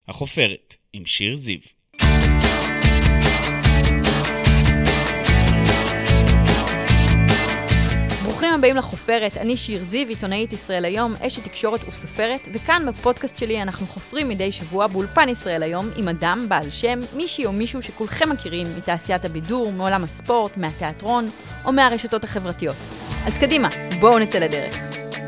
החופרת, עם שיר זיו. ברוכים הבאים לחופרת, אני שיר זיו, עיתונאית ישראל היום, אשת תקשורת וסופרת, וכאן בפודקאסט שלי אנחנו חופרים מדי שבוע באולפן ישראל היום עם אדם, בעל שם, מישהי או מישהו שכולכם מכירים מתעשיית הבידור, מעולם הספורט, מהתיאטרון או מהרשתות החברתיות. אז קדימה, בואו נצא לדרך.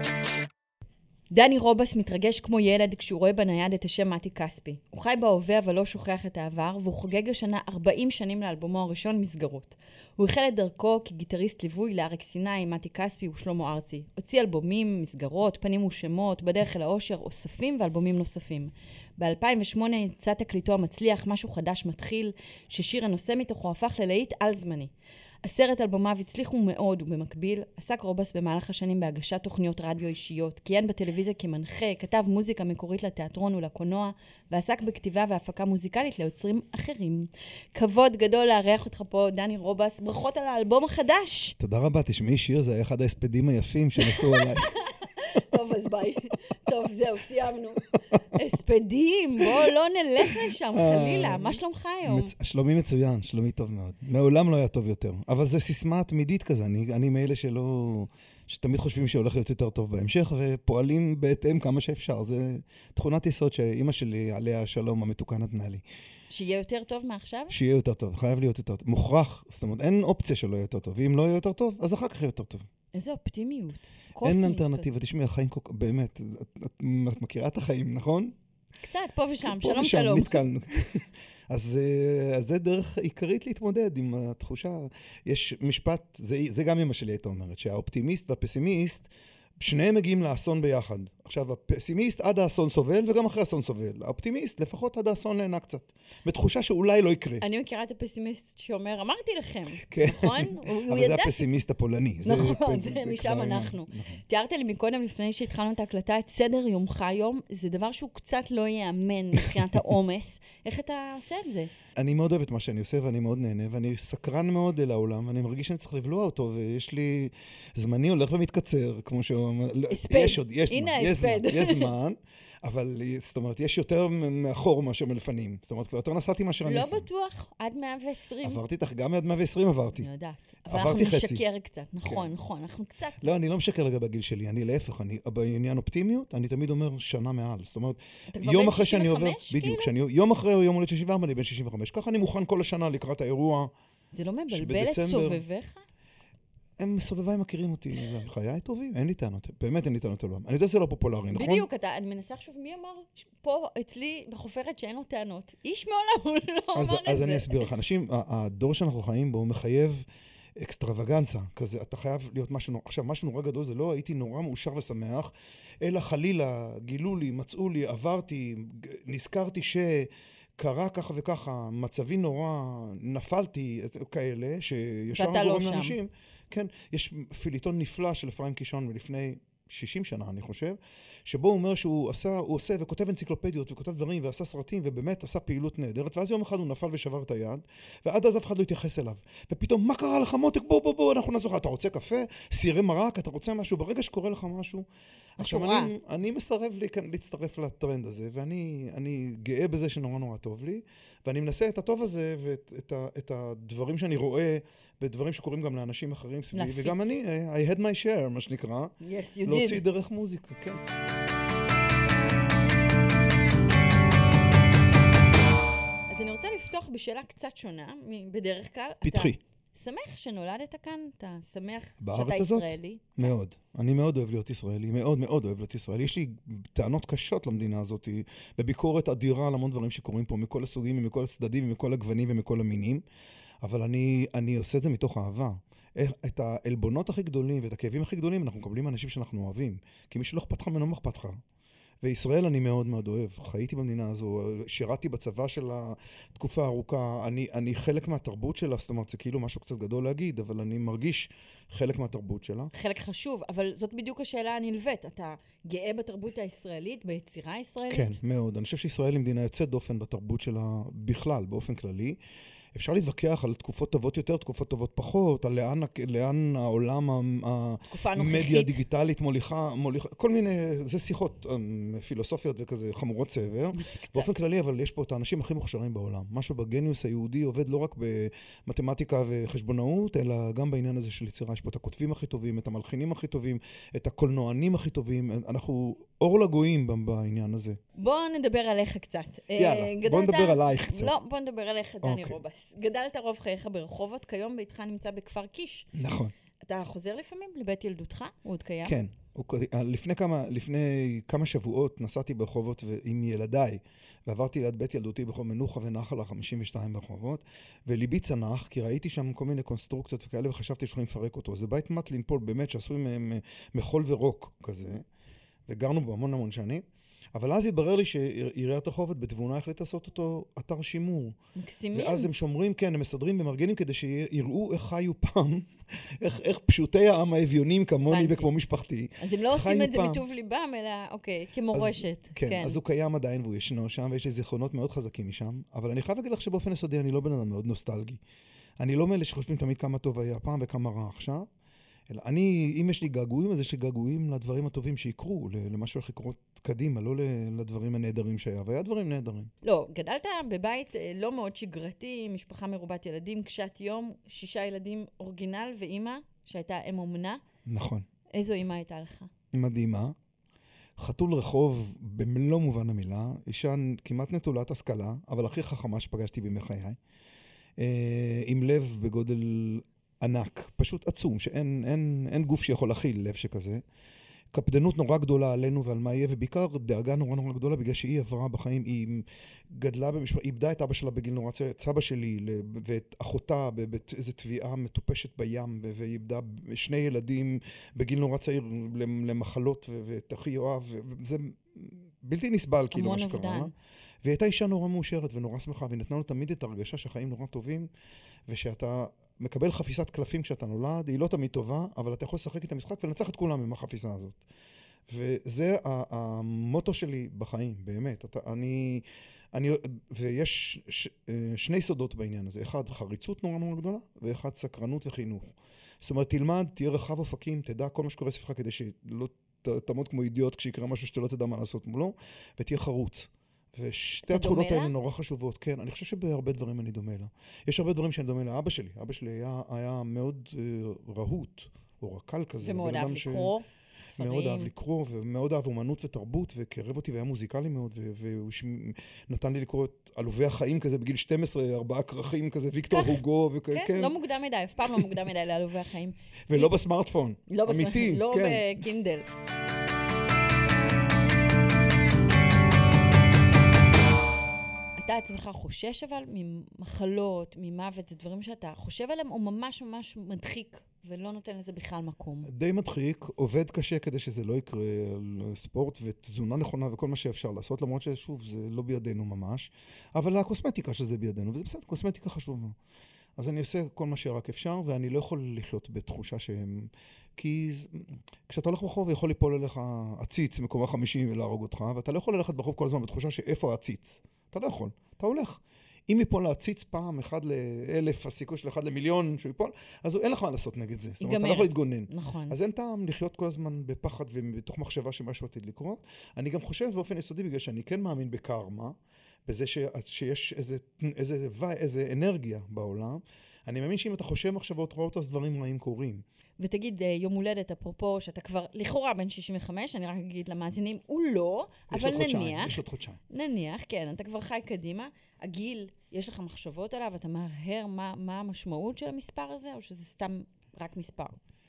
דני רובס מתרגש כמו ילד כשהוא רואה בנייד את השם מתי כספי. הוא חי בהווה אבל לא שוכח את העבר, והוא חוגג השנה 40 שנים לאלבומו הראשון מסגרות. הוא החל את דרכו כגיטריסט ליווי לאריק סיני, מתי כספי ושלמה ארצי. הוציא אלבומים, מסגרות, פנים ושמות, בדרך אל האושר, אוספים ואלבומים נוספים. ב-2008 יצא תקליטו המצליח, משהו חדש מתחיל, ששיר הנושא מתוכו הפך ללהיט על זמני. 10 אלבומיו הצליחו מאוד, ובמקביל עסק רובס במהלך השנים בהגשת תוכניות רדיו אישיות, כיהן בטלוויזיה כמנחה, כתב מוזיקה מקורית לתיאטרון ולקולנוע, ועסק בכתיבה והפקה מוזיקלית ליוצרים אחרים. כבוד גדול לארח אותך פה, דני רובס. ברכות על האלבום החדש. תודה רבה, תשמעי שיר, זה היה אחד ההספדים היפים שנסו עליי. טוב, אז ביי. טוב, זהו, סיימנו. הספדים, בוא לא נלך לשם, חלילה. מה שלומך היום? שלומי מצוין, שלומי טוב מאוד. מעולם לא היה טוב יותר. אבל זה סיסמה תמידית כזה. אני מאלה שתמיד חושבים שהולך להיות יותר טוב בהמשך, ופועלים בהתאם כמה שאפשר. זה תכונת יסוד שאמא שלי, עליה השלום המתוקה נתנה לי. שיהיה יותר טוב מעכשיו? שיהיה יותר טוב, חייב להיות יותר טוב. מוכרח, זאת אומרת, אין אופציה שלא יהיה יותר טוב. ואם לא יהיה יותר טוב, אז אחר כך יהיה יותר טוב. איזו אופטימיות. אין אלטרנטיבה, תשמעי, החיים באמת, את מכירה את החיים, נכון? קצת, פה ושם, שלום שלום. נתקלנו. אז זה דרך עיקרית להתמודד עם התחושה. יש משפט, זה גם אמא שלי הייתה אומרת, שהאופטימיסט והפסימיסט, שניהם מגיעים לאסון ביחד. עכשיו, הפסימיסט עד האסון סובל, וגם אחרי האסון סובל. האופטימיסט, לפחות עד האסון נהנה קצת. בתחושה שאולי לא יקרה. אני מכירה את הפסימיסט שאומר, אמרתי לכם, כן. נכון? אבל זה הפסימיסט הפולני. נכון, זה משם אנחנו. תיארת לי מקודם, לפני שהתחלנו את ההקלטה, את סדר יומך היום, זה דבר שהוא קצת לא יאמן מבחינת העומס. איך אתה עושה את זה? אני מאוד אוהב את מה שאני עושה, ואני מאוד נהנה, ואני סקרן מאוד אל העולם, ואני מרגיש שאני צריך לבלוע אותו, ויש לי זמני הולך ומתקצר, כמו שהוא אומר. יש עוד, יש זמן, אבל זאת אומרת, יש יותר מאחור מאשר מלפנים. זאת אומרת, יותר נסעתי מאשר אני עושה. לא בטוח, עד 120. עברתי איתך, גם עד 120 עברתי. אני יודעת. אבל אנחנו נשקר קצת, נכון, אנחנו קצת. לא, אני לא משקר לגבי הגיל שלי, אני להפך, בעניין אופטימיות, אני תמיד אומר שנה מעל. זאת אומרת, יום אחרי שאני עובר, בדיוק, יום אחרי או יום הולד 64, אני בן 65. ככה אני מוכן כל השנה לקראת האירוע. זה לא מבלבל את סובביך? הם סובביי מכירים אותי, חיי טובים, אין לי טענות, באמת אין לי טענות עליהם. אני יודע שזה לא פופולרי, נכון? בדיוק, אני מנסה לחשוב מי אמר פה אצלי בחופרת שאין לו טענות. איש מעולם הוא לא אמר את זה. אז אני אסביר לך, אנשים, הדור שאנחנו חיים בו מחייב אקסטרווגנצה, כזה, אתה חייב להיות משהו, עכשיו משהו נורא גדול, זה לא הייתי נורא מאושר ושמח, אלא חלילה, גילו לי, מצאו לי, עברתי, נזכרתי קרה ככה וככה, מצבי נורא, נפלתי, כאלה, שישר גורם לאנשים. כן, יש פיליטון נפלא של אפרים קישון מלפני 60 שנה, אני חושב, שבו הוא אומר שהוא עושה וכותב אנציקלופדיות וכותב דברים ועשה סרטים ובאמת עשה פעילות נהדרת, ואז יום אחד הוא נפל ושבר את היד, ועד אז אף אחד לא התייחס אליו. ופתאום, מה קרה לך מותק? בוא, אנחנו נעזור לך. אתה רוצה קפה? סירי מרק? אתה רוצה משהו? ברגע שקורה לך משהו, עכשיו אני מסרב להצטרף לטרנד הזה, ואני גאה בזה שנורא נורא טוב לי, ואני מנסה את הטוב הזה ואת הדברים שאני רואה, בדברים שקורים גם לאנשים אחרים סביבי, וגם אני, I had my share, מה שנקרא, להוציא דרך מוזיקה, כן. אז אני רוצה לפתוח בשאלה קצת שונה, בדרך כלל. פתחי. שמח שנולדת כאן? אתה שמח שאתה ישראלי? מאוד. אני מאוד אוהב להיות ישראלי, מאוד מאוד אוהב להיות ישראלי. יש לי טענות קשות למדינה הזאת, בביקורת אדירה על המון דברים שקורים פה, מכל הסוגים, מכל הצדדים, מכל הגוונים ומכל המינים, אבל אני עושה את זה מתוך אהבה. את העלבונות הכי גדולים ואת הכאבים הכי גדולים אנחנו מקבלים אנשים שאנחנו אוהבים, כי מי שלא אכפת לך ממנו לא אכפת לך. וישראל אני מאוד מאוד אוהב, חייתי במדינה הזו, שירתי בצבא של התקופה הארוכה, אני חלק מהתרבות שלה, זאת אומרת, זה כאילו משהו קצת גדול להגיד, אבל אני מרגיש חלק מהתרבות שלה. חלק חשוב, אבל זאת בדיוק השאלה הנלווית, אתה גאה בתרבות הישראלית, ביצירה הישראלית? כן, מאוד. אני חושב שישראל היא מדינה יוצאת דופן בתרבות שלה בכלל, באופן כללי. אפשר להתווכח על תקופות טובות יותר, תקופות טובות פחות, על לאן העולם, המדיה הדיגיטלית מוליכה, כל מיני, זה שיחות פילוסופיות וכזה חמורות סבר. באופן כללי, אבל יש פה את האנשים הכי מוכשרים בעולם. משהו בגניוס היהודי עובד לא רק במתמטיקה וחשבונאות, אלא גם בעניין הזה של יצירה. יש פה את הכותבים הכי טובים, את המלחינים הכי טובים, את הקולנוענים הכי טובים. אנחנו אור לגויים בעניין הזה. בוא נדבר עליך קצת. יאללה, בוא נדבר עלייך קצת. לא, בוא נדבר עליך, דני רובס. גדלת רוב חייך ברחובות, כיום ביתך נמצא בכפר קיש. נכון. אתה חוזר לפעמים לבית ילדותך? הוא עוד קיים? כן. לפני כמה שבועות נסעתי ברחובות עם ילדיי, ועברתי ליד בית ילדותי ברחוב מנוחה ונחלה 52 ברחובות, וליבי צנח, כי ראיתי שם כל מיני קונסטרוקציות וכאלה, וחשבתי שיכולים לפרק אותו. זה בית מטלין פול, באמת, שעשוי מחול ורוק כזה, וגרנו בו המון שנים. אבל אז התברר לי שעיריית רחובות בתבונה החליט לעשות אותו אתר שימור. מקסימים. ואז הם שומרים, כן, הם מסדרים ומארגנים כדי שיראו איך חיו פעם, איך פשוטי העם האביונים כמוני וכמו משפחתי. אז הם לא עושים את זה מטוב ליבם, אלא, אוקיי, כמורשת. כן, אז הוא קיים עדיין והוא ישנו שם, ויש לי זיכרונות מאוד חזקים משם, אבל אני חייב להגיד לך שבאופן יסודי אני לא בן אדם מאוד נוסטלגי. אני לא מאלה שחושבים תמיד כמה טוב היה פעם וכמה רע עכשיו. אלא אם יש לי געגועים, אז יש לי געגועים לדברים הטובים שיקרו, למה שהולך לקרות קדימה, לא לדברים הנהדרים שהיה, והיה דברים נהדרים. לא, גדלת בבית לא מאוד שגרתי, משפחה מרובת ילדים, קשת יום, 6 ילדים אורגינל ואימא, שהייתה אם אומנה. נכון. איזו אימא הייתה לך? מדהימה. חתול רחוב במלוא מובן המילה, אישה כמעט נטולת השכלה, אבל הכי חכמה שפגשתי בימי חיי, עם לב בגודל ענק, פשוט עצום, שאין גוף שיכול להכיל לב שכזה. קפדנות נורא גדולה עלינו ועל מה יהיה, ובעיקר דאגה נורא גדולה, בגלל שהיא עברה בחיים, היא גדלה במשפחה, היא איבדה את אבא שלה בגיל נורא צעיר, את סבא שלי ואת אחותה באיזו תביעה מטופשת בים, והיא איבדה 2 ילדים בגיל נורא צעיר למחלות, ואת אחי יואב, וזה בלתי נסבל כאילו מה שקרה. והיא הייתה אישה נורא מאושרת ונורא שמחה, והיא נתנה לו תמיד את הרגשה שהחיים נורא טובים, ושאתה מקבל חפיסת קלפים כשאתה נולד, היא לא תמיד טובה, אבל אתה יכול לשחק את המשחק ולנצח את כולם עם החפיסה הזאת. וזה המוטו שלי בחיים, באמת. ויש 2 סודות בעניין הזה. אחד, חריצות נורא גדולה, ואחד, סקרנות וחינוך. זאת אומרת, תלמד, תהיה רחב אופקים, תדע כל מה שקורה סביבך כדי שלא תעמוד כמו אידיוט כשיקרה משהו שאתה לא תדע מה לעשות מולו, ותהיה חרוץ. ושתי התכונות האלה נורא חשובות. כן, אני חושב שבהרבה דברים אני דומה לה. יש הרבה דברים שאני דומה לאבא שלי. אבא שלי היה מאוד רהוט, או רקל כזה. ומאוד אהב לקרוא ספרים. מאוד אהב לקרוא, ומאוד אהב אומנות ותרבות, וקרב אותי והיה מוזיקלי מאוד, והוא נתן לי לקרוא את עלובי החיים כזה בגיל 12, 4 כרכים כזה, ויקטור הוגו וכאלה. כן, לא מוקדם מדי, אף פעם לא מוקדם מדי לעלובי החיים. ולא בסמארטפון, אמיתי. לא בקינדל. אתה עצמך חושש אבל ממחלות, ממוות, זה דברים שאתה חושב עליהם, או ממש מדחיק ולא נותן לזה בכלל מקום? די מדחיק, עובד קשה כדי שזה לא יקרה, על ספורט ותזונה נכונה וכל מה שאפשר לעשות, למרות ששוב, זה לא בידינו ממש, אבל הקוסמטיקה שזה בידינו, וזה בסדר, קוסמטיקה חשובה. אז אני עושה כל מה שרק אפשר, ואני לא יכול לחיות בתחושה שהם... כי כשאתה הולך ברחוב, יכול ליפול אליך עציץ מקומה 50 ולהרוג אותך, ואתה לא יכול ללכת ברחוב כל הזמן בתחושה שאיפה העציץ. אתה לא יכול, אתה הולך. אם יפול להציץ פעם 1 ל-1,000, הסיכוי של 1 למיליון שהוא יפול, אז אין לך מה לעשות נגד זה. זאת אומרת, אתה לא יכול להתגונן. נכון. אז אין טעם לחיות כל הזמן בפחד ובתוך מחשבה שמשהו עתיד לקרות. אני גם חושב באופן יסודי, בגלל שאני כן מאמין בקרמה, בזה שיש איזה אנרגיה בעולם. אני מאמין שאם אתה חושב מחשבות רעות, אז דברים רעים קורים. ותגיד, יום הולדת, אפרופו, שאתה כבר לכאורה בן 65, אני רק אגיד למאזינים, הוא לא, אבל נניח... יש עוד חודשיים. נניח, כן, אתה כבר חי קדימה. הגיל, יש לך מחשבות עליו, אתה מהרהר מה המשמעות של המספר הזה, או שזה סתם רק מספר?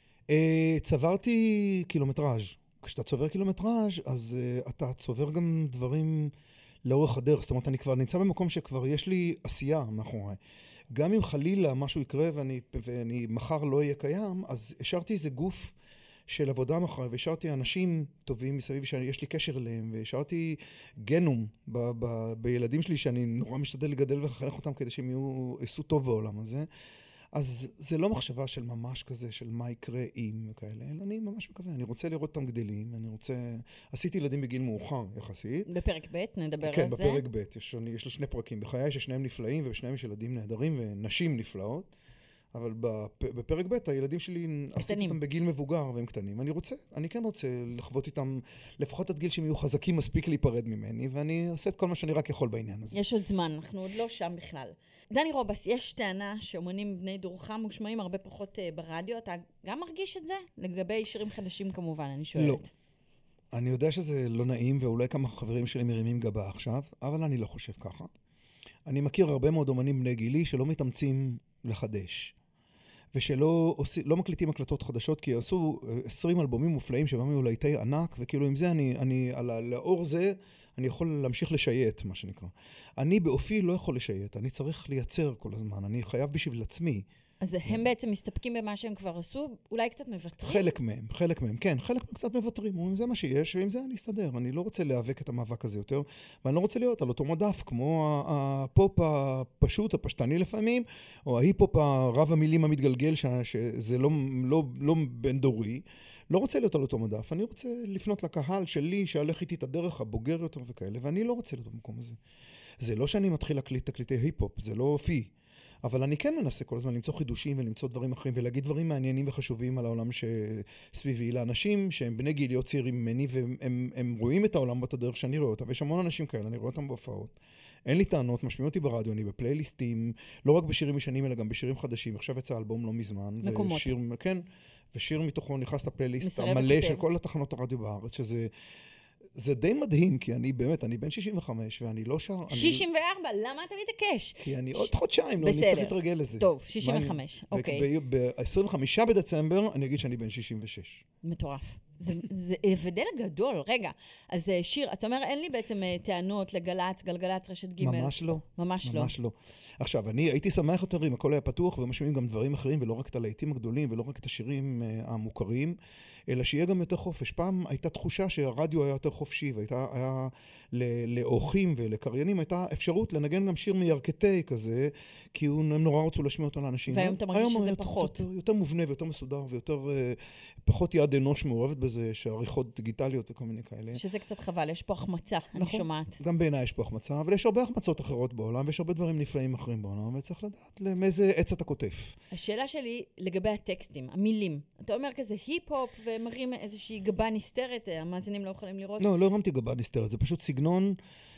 צברתי קילומטראז'. כשאתה צובר קילומטראז', אז אתה צובר גם דברים לאורך הדרך. זאת אומרת, אני כבר נמצא במקום שכבר יש לי עשייה מאחורי. גם אם חלילה משהו יקרה ואני מחר לא אהיה קיים, אז השארתי איזה גוף של עבודה מחר, והשארתי אנשים טובים מסביב שיש לי קשר אליהם, והשארתי גנום בילדים שלי שאני נורא משתדל לגדל ולחנך אותם כדי שהם יעשו טוב בעולם הזה. אז זה לא מחשבה של ממש כזה, של מה יקרה אם וכאלה, אלא אני ממש מקווה, אני רוצה לראות אותם גדלים, עשיתי ילדים בגיל מאוחר יחסית. בפרק ב' נדבר על זה. כן, בפרק ב', יש לו 2 פרקים. בחיי ששניהם נפלאים, ובשניהם יש ילדים נהדרים ונשים נפלאות, אבל בפרק ב' הילדים שלי עשיתי אותם בגיל מבוגר והם קטנים. אני כן רוצה לחוות איתם, לפחות עד גיל שהם יהיו חזקים מספיק להיפרד ממני, ואני עושה את כל מה שאני רק יכול בעניין הזה. יש עוד זמן, אנחנו עוד לא שם בכלל. דני רובס, יש טענה שאומנים בני דורך מושמעים הרבה פחות ברדיו, אתה גם מרגיש את זה? לגבי שירים חדשים כמובן, אני שואלת. לא. אני יודע שזה לא נעים, ואולי כמה חברים שלי מרימים גבה עכשיו, אבל אני לא חושב ככה. אני מכיר הרבה מאוד אומנים בני גילי שלא מתאמצים לחדש. ושלא לא מקליטים הקלטות חדשות, כי עשו 20 אלבומים מופלאים שבהם היו להיטי ענק, וכאילו עם זה לאור זה, אני יכול להמשיך לשייט, מה שנקרא. אני באופי לא יכול לשייט, אני צריך לייצר כל הזמן, אני חייב בשביל עצמי. אז הם בעצם מסתפקים במה שהם כבר עשו, אולי קצת מוותרים? חלק מהם, כן, חלק מהם קצת מוותרים, אומרים, זה מה שיש, ועם זה אני אסתדר, אני לא רוצה להיאבק את המאבק הזה יותר, ואני לא רוצה להיות על אותו מדף, כמו הפופ הפשוט, הפשטני לפעמים, או ההיפ-הופ הרב המילים המתגלגל, שזה לא בין דורי, לא רוצה להיות על אותו מדף, אני רוצה לפנות לקהל שלי, שהלך איתי את הדרך הבוגר יותר וכאלה, ואני לא רוצה להיות במקום הזה. זה לא שאני מתחיל להקליט תקליטי היפ-הופ, זה לא אופי. אבל אני כן מנסה כל הזמן למצוא חידושים ולמצוא דברים אחרים ולהגיד דברים מעניינים וחשובים על העולם שסביבי. לאנשים שהם בני גיליות צעירים ממני והם רואים את העולם באת הדרך שאני רואה אותם. ויש המון אנשים כאלה, אני רואה אותם בהופעות. אין לי טענות, משמיעים אותי ברדיו, אני בפלייליסטים, לא רק בשירים ישנים אלא גם בשירים חדשים. עכשיו יצא אלבום לא מזמן. מקומות. כן, ושיר מתוכו נכנס לפלייליסט המלא של כל התחנות הרדיו בארץ, שזה... זה די מדהים, כי אני באמת, אני בן 65, ואני לא שר... 64, למה אתה מתעקש? כי אני עוד חודשיים, אני צריך להתרגל לזה. טוב, 65, אוקיי. ב-25 בדצמבר אני אגיד שאני בן 66. מטורף. זה הבדל גדול, רגע. אז שיר, אתה אומר, אין לי בעצם טענות לגלץ, גלגלץ, רשת ג'. ממש לא. ממש לא. ממש לא. עכשיו, אני הייתי שמח יותר אם הכל היה פתוח, ומשמיעים גם דברים אחרים, ולא רק את הלהיטים הגדולים, ולא רק את השירים המוכרים, אלא שיהיה גם יותר חופש. פעם הייתה תחושה שהרדיו היה יותר חופשי, והייתה לאורחים ולקריינים, הייתה אפשרות לנגן גם שיר מירכתי כזה, כי הם נורא רצו להשמיע אותו לאנשים. והיום אתה מרגיש שזה פחות. יותר מובנה ויותר מסודר, ויותר פחות יד אנוש מעורבת בזה, שעריכות דיגיטליות וכל מיני כאלה. שזה קצת חבל, יש פה החמצה, אני שומעת. גם בעיניי יש פה החמצה, אבל יש הרבה החמצות אחרות בעולם, ויש הרבה דברים נפלאים אחרים בעולם, וצריך לדעת מאיזה עץ אתה כותף. השאלה שלי לגבי הטקסטים, המילים. אתה אומר כזה היפ-הופ ומרים איזושהי גבה נסתרת, המאזינים לא יכולים לראות. לא הרמתי גבה נסתרת, זה פשוט סגנון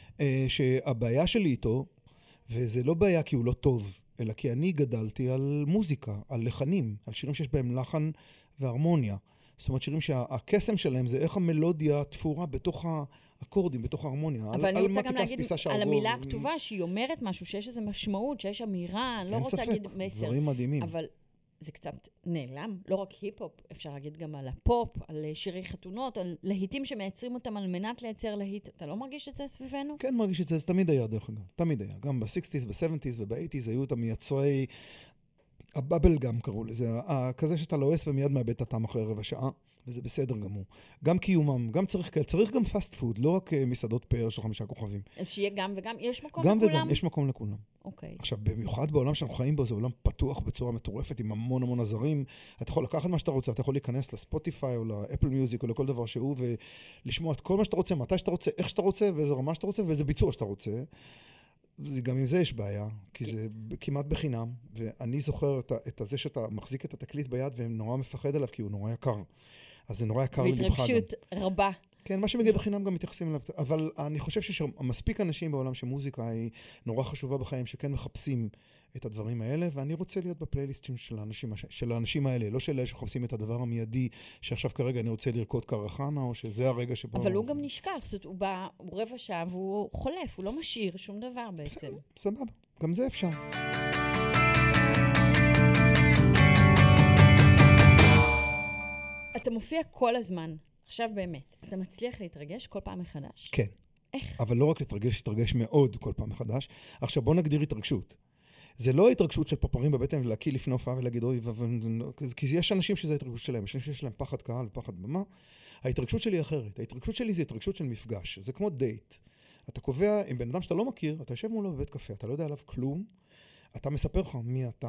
שהבעיה שלי איתו, וזה לא בעיה כי הוא לא טוב, אלא כי אני גדלתי על מוזיקה, על לחנים, על שירים שיש בהם לחן והרמוניה. זאת אומרת, שירים שהקסם שלהם זה איך המלודיה תפורה בתוך האקורדים, בתוך ההרמוניה. אבל אני רוצה גם להגיד על המילה הכתובה, שהיא אומרת משהו, שיש איזו משמעות, שיש אמירה, אני לא רוצה להגיד מסר. אין ספק, דברים מדהימים. אבל זה קצת נעלם, לא רק היפ-הופ, אפשר להגיד גם על הפופ, על שירי חתונות, על להיטים שמייצרים אותם על מנת לייצר להיט. אתה לא מרגיש את זה סביבנו? כן, מרגיש את זה, זה תמיד היה דרך אגב, תמיד היה. גם ב-60s, ב-70s וב-80s היו את המייצרי, הבאבל גם קראו לזה, כזה שאתה לועס ומיד מאבד את הטעם אחרי רבע שעה, וזה בסדר גמור. גם קיומם, גם צריך גם פאסט פוד, לא רק מסעדות פאר של 5 כוכבים. אז שיהיה גם וגם, יש מקום גם לכולם? גם וגם, יש מקום לכולם. אוקיי. עכשיו, במיוחד בעולם שאנחנו חיים בו, זה עולם פתוח בצורה מטורפת, עם המון עזרים. אתה יכול לקחת מה שאתה רוצה, אתה יכול להיכנס לספוטיפיי או לאפל מיוזיק או לכל דבר שהוא, ולשמוע את כל מה שאתה רוצה, מתי שאתה רוצה, איך שאתה רוצה, ואיזה רמה שאתה רוצה, ואיזה ביצוע שאתה רוצה. גם עם זה יש בעיה, כי זה כמעט בחינם, ואני זוכר את זה שאתה מחזיק את התקליט ביד, והם נורא מפחד עליו, כי הוא נורא יקר. אז זה נורא יקר ללבך גם. והתרגשות רבה. כן, מה שמגיע בחינם גם מתייחסים אליו. אבל אני חושב שיש מספיק אנשים בעולם שמוזיקה היא נורא חשובה בחיים, שכן מחפשים את הדברים האלה, ואני רוצה להיות בפלייליסטים של האנשים האלה, לא של אלה שחפשים את הדבר המיידי, שעכשיו כרגע אני רוצה לרקוד קרחנה, או שזה הרגע שבו... אבל הוא גם נשכח, זאת אומרת, הוא בא, הוא רבע שעה, והוא חולף, הוא לא משאיר שום דבר בעצם. סבבה, גם זה אפשר. אתה מופיע כל הזמן. עכשיו באמת, אתה מצליח להתרגש כל פעם מחדש? כן. איך? אבל לא רק להתרגש מאוד כל פעם מחדש. עכשיו בוא נגדיר התרגשות. זה לא התרגשות של פרפרים בבטן ולהקיא לפני הופעה ולהגיד אוי, כי יש אנשים שזה ההתרגשות שלהם, יש אנשים שיש להם פחד קהל ופחד במה. ההתרגשות שלי היא אחרת. ההתרגשות שלי זה התרגשות של מפגש. זה כמו דייט. אתה קובע עם בן אדם שאתה לא מכיר, אתה יושב מולו בבית קפה, אתה לא יודע עליו כלום, אתה מספר לך מי אתה,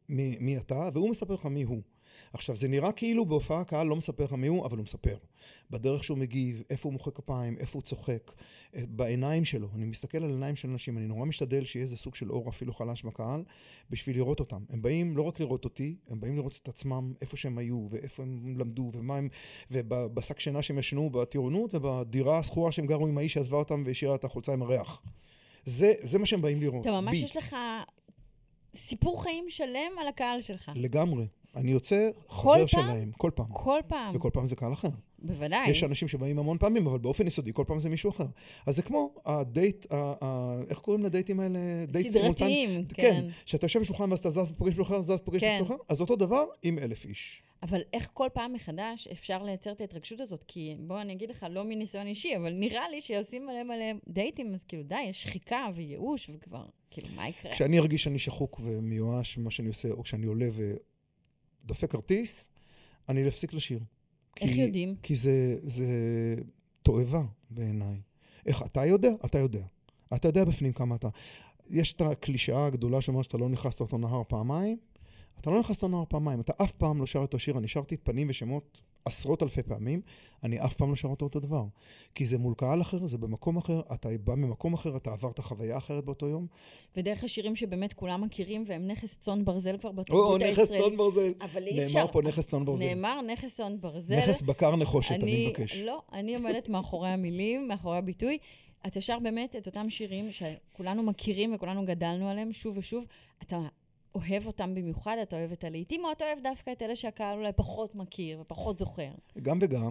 מי אתה, והוא מספר לך מי הוא. עכשיו, זה נראה כאילו בהופעה הקהל לא מספר לך מי הוא, אבל הוא מספר. בדרך שהוא מגיב, איפה הוא מוחא כפיים, איפה הוא צוחק, בעיניים שלו. אני מסתכל על עיניים של אנשים, אני נורא משתדל שיהיה איזה סוג של אור אפילו חלש בקהל, בשביל לראות אותם. הם באים לא רק לראות אותי, הם באים לראות את עצמם, איפה שהם היו, ואיפה הם למדו, ומה הם, ובשק שינה שהם ישנו בטירונות, ובדירה הסחורה שהם גרו עם האיש שעזבה אותם והשאירה את החולצה עם הריח. זה מה שהם באים לראות. אתה ממש יש לך סיפור חיים שלם על הקהל שלך. לגמרי. אני יוצא חבר שלהם, כל פעם. כל פעם. וכל פעם זה קהל אחר. בוודאי. יש אנשים שבאים המון פעמים, אבל באופן יסודי, כל פעם זה מישהו אחר. אז זה כמו הדייט, איך קוראים לדייטים האלה? סדרתיים, כן. שאתה יושב בשולחן ואז אתה זז ופוגש מישהו אחר, זז ופוגש מישהו אחר, אז אותו דבר עם 1,000 איש. אבל איך כל פעם מחדש אפשר לייצר את ההתרגשות הזאת? כי בוא אני אגיד לך, לא מניסיון אישי, אבל נראה לי שעושים מלא דייטים, אז כאילו די, יש שחיקה וייאוש וכבר, כאילו מה יקרה? כשאני ארגיש שאני שחוק ומיואש ממה שאני עושה, או כשאני עולה ודופק כרטיס, אני להפסיק לשיר. איך יודעים? כי זה תועבה בעיניי. איך, אתה יודע? אתה יודע. אתה יודע בפנים כמה אתה. יש את הקלישאה הגדולה שאומרת שאתה לא נכנסת אותו נהר פעמיים, אתה לא נכנס אותו נהר פעמיים, אתה אף פעם לא שר אותו שיר, אני שרתי את פנים ושמות עשרות אלפי פעמים, אני אף פעם לא שר אותו דבר. כי זה מול קהל אחר, זה במקום אחר, אתה בא ממקום אחר, אתה עברת חוויה אחרת באותו יום. ודרך השירים שבאמת כולם מכירים, והם נכס צאן ברזל כבר בתרבות הישראלית. נכס צאן ברזל. אבל אי אפשר. נאמר פה נכס צאן ברזל. נאמר נכס צאן ברזל. נכס בקר נחושת, אני מבקש. לא, אני עומדת מאחורי המילים, מאחורי הביטוי. אתה שר באמת את אותם שירים שכולנו מכירים וכולנו גדלנו עליהם שוב ושוב. אתה אוהב אותם במיוחד, אתה אוהב את הלעיתים, או אתה אוהב דווקא את אלה שהקהל אולי פחות מכיר ופחות זוכר? גם וגם.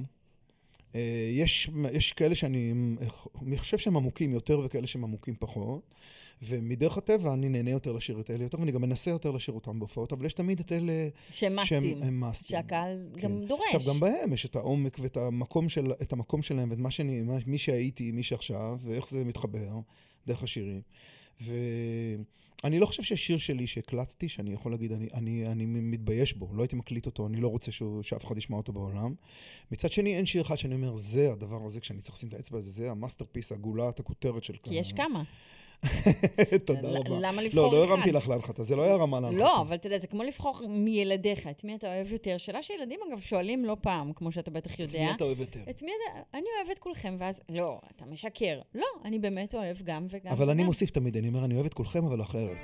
יש כאלה שאני חושב שהם עמוקים יותר וכאלה שהם עמוקים פחות, ומדרך הטבע אני נהנה יותר לשיר את אלה יותר, ואני גם מנסה יותר לשיר אותם בהופעות, אבל יש תמיד את אלה שהם מסטים, שהקהל גם דורש. עכשיו גם בהם יש את העומק ואת המקום שלהם, ואת מי שהייתי, מי שעכשיו, ואיך זה מתחבר דרך השירים. ואני לא חושב שהשיר שלי שהקלטתי, שאני יכול להגיד, אני מתבייש בו, לא הייתי מקליט אותו, אני לא רוצה שאף אחד ישמע אותו בעולם. מצד שני, אין שיר אחד שאני אומר, זה הדבר הזה, כשאני צריך לשים את האצבע הזה, זה המאסטרפיס, הגולת, הכותרת של כי יש כמה. תודה רבה. למה לבחור אחד? לא הרמתי לך להנחתה, זה לא היה רמה להנחתה. לא, אבל אתה יודע, זה כמו לבחור מילדיך, את מי אתה אוהב יותר. שאלה שילדים אגב שואלים לא פעם, כמו שאתה בטח יודע. את מי אתה אוהב יותר? אני אוהב את כולכם, ואז, לא, אתה משקר. לא, אני באמת אוהב גם וגם. אבל אני מוסיף תמיד, אני אומר, אני אוהב את כולכם, אבל אחרת.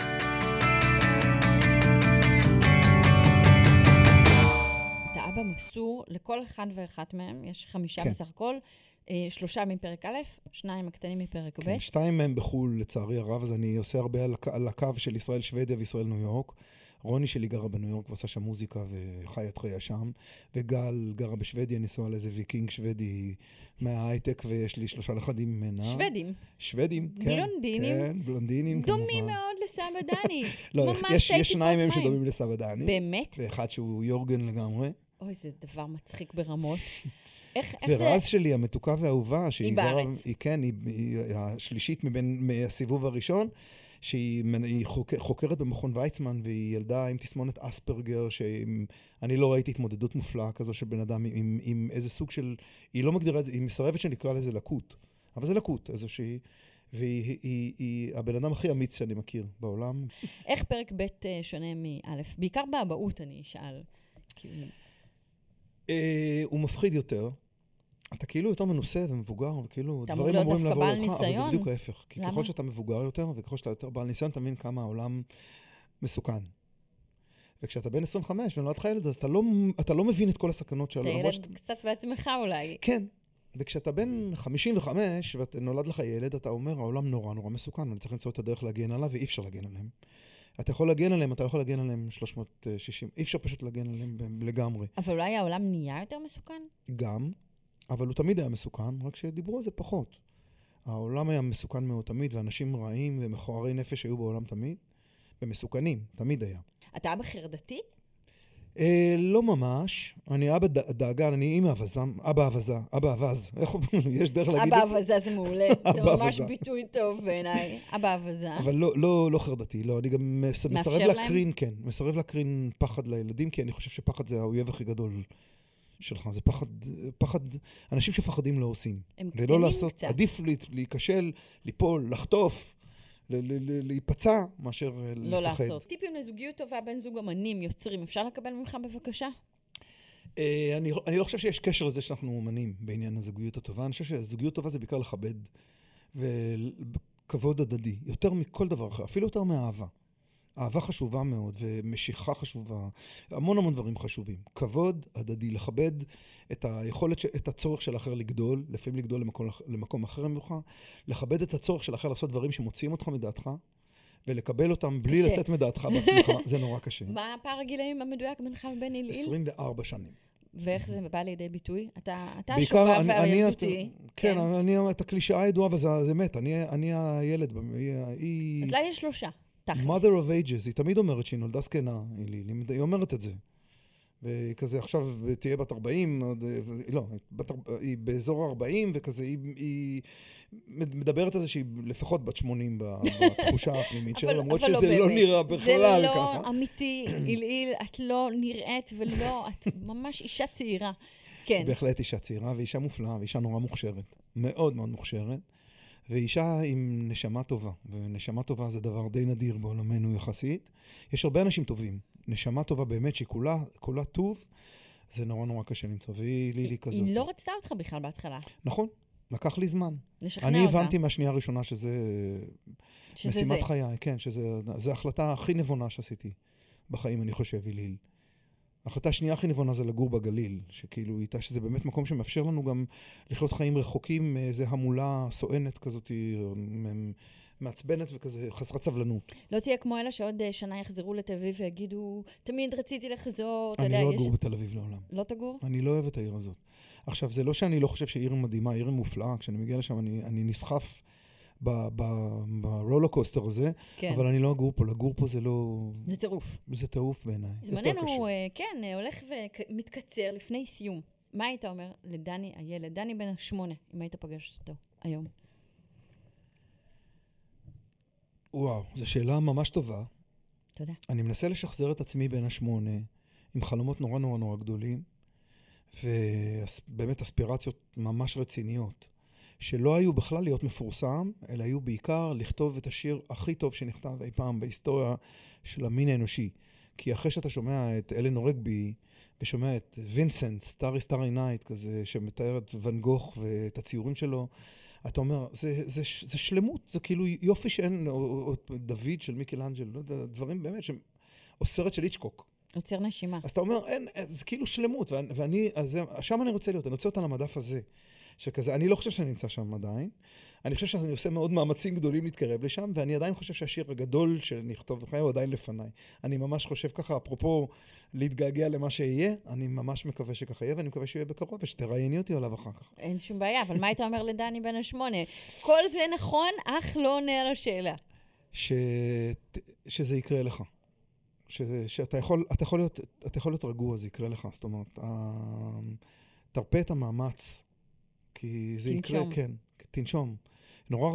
אתה אבא מסור לכל אחד ואחת מהם, יש 5 בסך הכל, 3 מפרק א', 2 הקטנים מפרק ב'. כן, 2 מהם בחול, לצערי הרב, אז אני עושה הרבה על הקו של ישראל שוודיה וישראל ניו יורק. רוני שלי גרה בניו יורק ועושה שם מוזיקה וחיה את חייה שם, וגל גרה בשוודיה, ניסוע לאיזה ויקינג שוודי מההייטק, ויש לי 3 נכדים ממנה. שוודים, כן. בלונדינים. כן, בלונדינים כמובן. דומים מאוד לסבא דני. לא, יש 2 מהם שדומים לסבא דני. באמת? ואחד שהוא יורגן לגמרי. אוי, זה דבר מצחיק ברמות. ורז שלי, המתוקה והאהובה, היא בארץ. היא השלישית מהסיבוב הראשון, שהיא חוקרת במכון ויצמן, והיא ילדה עם תסמונת אספרגר, שאני לא ראיתי התמודדות מופלאה כזו של בן אדם עם איזה סוג של, היא לא מגדירה את זה, היא מסרבת שנקרא לזה לקות, אבל זה לקות, איזושהי, והיא הבן אדם הכי אמיץ שאני מכיר בעולם. איך פרק ב' שונה מאלף? בעיקר באבאות אני אשאל. הוא מפחיד יותר. אתה כאילו יותר מנוסה ומבוגר, וכאילו דברים אמור אמורים להיות לעבור דווקא לך, בעל אבל זה ניסיון. בדיוק ההפך. כי למה? ככל שאתה מבוגר יותר, וככל שאתה יותר בעל ניסיון, אתה מבין כמה העולם מסוכן. וכשאתה בן 25 ונולד לך ילד, אז אתה לא מבין את כל הסכנות שלו. אתה ילד קצת בעצמך אולי. כן. וכשאתה בן 55 ונולד לך ילד, אתה אומר, העולם נורא נורא מסוכן, ואני צריך למצוא את הדרך להגן עליו, ואי אפשר להגן עליהם. אתה יכול להגן עליהם, אתה לא יכול להגן עליהם 360. אי אפשר פשוט להגן עליהם לגמרי. אבל אולי העולם נהיה יותר מסוכן? גם, אבל הוא תמיד היה מסוכן, רק שדיברו על זה פחות. העולם היה מסוכן מאוד תמיד, ואנשים רעים ומכוערי נפש היו בעולם תמיד, ומסוכנים, תמיד היה. אתה אבא חרדתי? לא ממש. אני אבא דאגן, אני אימא אבזם, אבא אבז. איך יש דרך להגיד את זה? אבא אבזה זה מעולה. זה ממש ביטוי טוב בעיניי. אבא אבזה. אבל לא חרדתי, לא. אני גם מסרב להקרין, כן. מסרב להקרין פחד לילדים, כי אני חושב שפחד זה האויב הכי גדול שלך. זה פחד, אנשים שפחדים לא עושים. הם קטנים קצת. עדיף להיכשל, ליפול, לחטוף, להיפצע מאשר לא לפחד. לעשות. טיפים לזוגיות טובה בין זוג אמנים, יוצרים, אפשר לקבל ממך בבקשה? אני לא חושב שיש קשר לזה שאנחנו אומנים בעניין הזוגיות הטובה. אני חושב שהזוגיות טובה זה בעיקר לכבד וכבוד הדדי, יותר מכל דבר אחר, אפילו יותר מאהבה. אהבה חשובה מאוד ומשיכה חשובה, המון דברים חשובים. כבוד הדדי, לכבד את היכולת, את הצורך של האחר לגדול, לפעמים לגדול למקום אחר ממך, לכבד את הצורך של האחר לעשות דברים שמוציאים אותך מדעתך, ולקבל אותם בלי לצאת מדעתך בעצמך, זה נורא קשה. מה הפער הגילאים המדויק בינך ובין איליל? 24 שנים. ואיך זה בא לידי ביטוי? אתה השובב והילדותי. כן, אני את הקלישאה הידועה, וזה אמת, אני הילד. אז לה יש 3. mother of ages, היא תמיד אומרת שהיא נולדה זקנה, היא אומרת את זה. וכזה עכשיו תהיה בת 40, לא, היא באזור 40, וכזה היא מדברת על זה שהיא לפחות בת 80 בתחושה הפנימית שלה, למרות שזה לא נראה בכלל ככה. זה לא אמיתי, איליל, את לא נראית ולא, את ממש אישה צעירה. כן. בהחלט אישה צעירה, ואישה מופלאה, ואישה נורא מוכשרת. מאוד מאוד מוכשרת. ואישה עם נשמה טובה, ונשמה טובה זה דבר די נדיר בעולמנו יחסית. יש הרבה אנשים טובים. נשמה טובה באמת שהיא כולה טוב, זה נורא קשה למצוא, והיא לילי כזאת. היא לא רצתה אותך בכלל בהתחלה. נכון, לקח לי זמן. לשכנע אני אותה. הבנתי מהשנייה הראשונה שזה משימת חיי, כן, שזה ההחלטה הכי נבונה שעשיתי בחיים, אני חושב, ליל. ההחלטה השנייה הכי נבונה זה לגור בגליל, שכאילו איתה, שזה באמת מקום שמאפשר לנו גם לחיות חיים רחוקים מאיזה המולה סואנת כזאת, מעצבנת וכזה, חסרת סבלנות. לא תהיה כמו אלה שעוד שנה יחזרו לתל אביב ויגידו, תמיד רציתי לחזור. אני לא אגור בתל אביב לעולם. לא תגור? אני לא אוהב את העיר הזאת. עכשיו, זה לא שאני לא חושב שעיר מדהימה, עיר מופלאה, כשאני מגיע לשם אני נסחף ברולוקוסטר הזה, כן. אבל אני לא אגור פה, לגור פה זה לא... זה טירוף. זה טירוף בעיניי, זמננו, כן, הולך ומתקצר לפני סיום. מה היית אומר לדני הילד, דני בן 8, אם היית פגש אותו היום? וואו, זו שאלה ממש טובה. תודה. אני מנסה לשחזר את עצמי בן 8, עם חלומות נורא גדולים, ובאמת אספירציות ממש רציניות, שלא היו בכלל להיות מפורסם, אלא היו בעיקר לכתוב את השיר הכי טוב שנכתב אי פעם בהיסטוריה של המין האנושי. כי אחרי שאתה שומע את אלנור רגבי, ושומע את וינסנט, סטארי נייט, כזה, שמתאר את ון גוך ואת הציורים שלו, אתה אומר, זה שלמות, זה כאילו יופי שאין, או דוד של מיקלאנג'לו, לא יודע, דברים באמת, או סרט של היצ'קוק. עוצר נשימה. אז אתה אומר, זה כאילו שלמות, ואני, שם אני רוצה להיות, אני רוצה אותה למדף הזה, שכזה, אני לא חושב שאני נמצא שם עדיין, אני חושב שאני עושה מאוד מאמצים גדולים להתקרב לשם, ואני עדיין חושב שהשיר הגדול שנכתוב בחיי הוא עדיין לפניי. אני ממש חושב ככה, אפרופו להתגעגע למה שיהיה, אני ממש מקווה שככה יהיה, ואני מקווה שיהיה בקרוב, ושתראייני אותי עליו אחר כך. אין שום בעיה, אבל מה היית אומר לדני בן 8? כל זה נכון, אך לא עונה על השאלה. שזה יקרה לך. שאתה יכול להיות רגוע, זה יקרה לך. זאת אומרת, תרפה את המאמץ, כי זה יקרה, כן, תנשום. נורא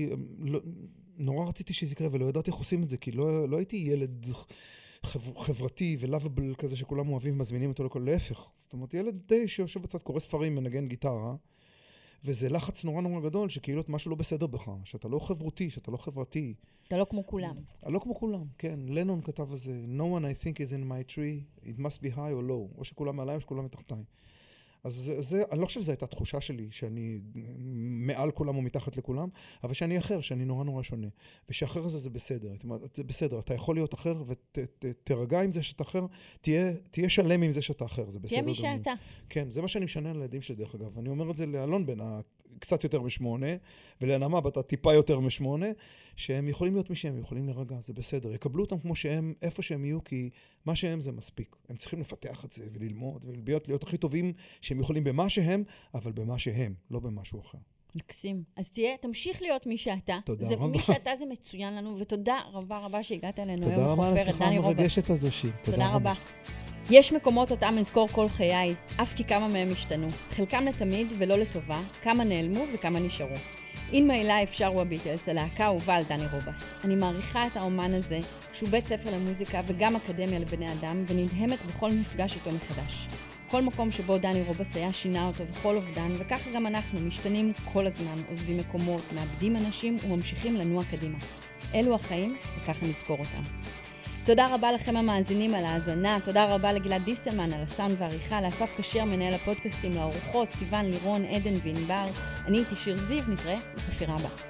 רציתי שזה יקרה, ולא ידעתי איך עושים את זה, כי לא הייתי ילד חברתי ולאביבל כזה שכולם אוהבים ומזמינים אותו לכל, להפך. זאת אומרת, ילד די שיושב בצד, קורא ספרים, מנגן גיטרה, וזה לחץ נורא גדול, שכאילו משהו לא בסדר בך, שאתה לא חברותי, שאתה לא חברתי. אתה לא כמו כולם. לא כמו כולם, כן. לנון כתב על זה, No one I think is in my tree, it must be high or low, או שכולם מעליי או שכולם מתחתיי. אז אני לא חושב שזו הייתה תחושה שלי, שאני מעל כולם או מתחת לכולם, אבל שאני אחר, שאני נורא שונה. ושאחר הזה זה בסדר. זה בסדר, אתה יכול להיות אחר, ותרגע עם זה שאתה אחר, תהיה שלם עם זה שאתה אחר, זה בסדר. תהיה מי שאתה. כן, זה מה שאני משנה לילדים שלי, דרך אגב. אני אומר את זה לאלון בן קצת יותר מ8, ולנעמה בת טיפה יותר מ8, שהם יכולים להיות מי שהם, יכולים לרגע, זה בסדר. יקבלו אותם כמו שהם, איפה שהם יהיו, כי מה שהם זה מספיק. הם צריכים לפתח את זה וללמוד, ולהיות הכי טובים שהם יכולים במה שהם, אבל במה שהם, לא במשהו אחר. מקסים. אז תמשיך להיות מי שאתה. תודה רבה. מי שאתה זה מצוין לנו, ותודה רבה שהגעת אלינו היום. תודה רבה על השיחה המרגשת הזו, תודה רבה. יש מקומות אותם אזכור כל חיי, אף כי כמה מהם השתנו. חלקם לתמיד ולא לטובה, כמה נעלמו וכמה נשארו. In My Life שרו הביטלס, הלהקה הובה על דני רובס. אני מעריכה את האומן הזה, שהוא בית ספר למוזיקה וגם אקדמיה לבני אדם, ונדהמת בכל מפגש איתו מחדש. כל מקום שבו דני רובס היה שינה אותו וכל אובדן, וככה גם אנחנו משתנים כל הזמן, עוזבים מקומות, מאבדים אנשים וממשיכים לנוע קדימה. אלו החיים, וככה נזכור אותם. תודה רבה לכם המאזינים על ההאזנה, תודה רבה לגלעד דיסטלמן על הסאונד והעריכה, לאסף קשר מנהל הפודקאסטים, לאורחות, סיוון, לירון, עדן וענבר. אני איתי שיר זיו, נתראה בחפירה הבאה.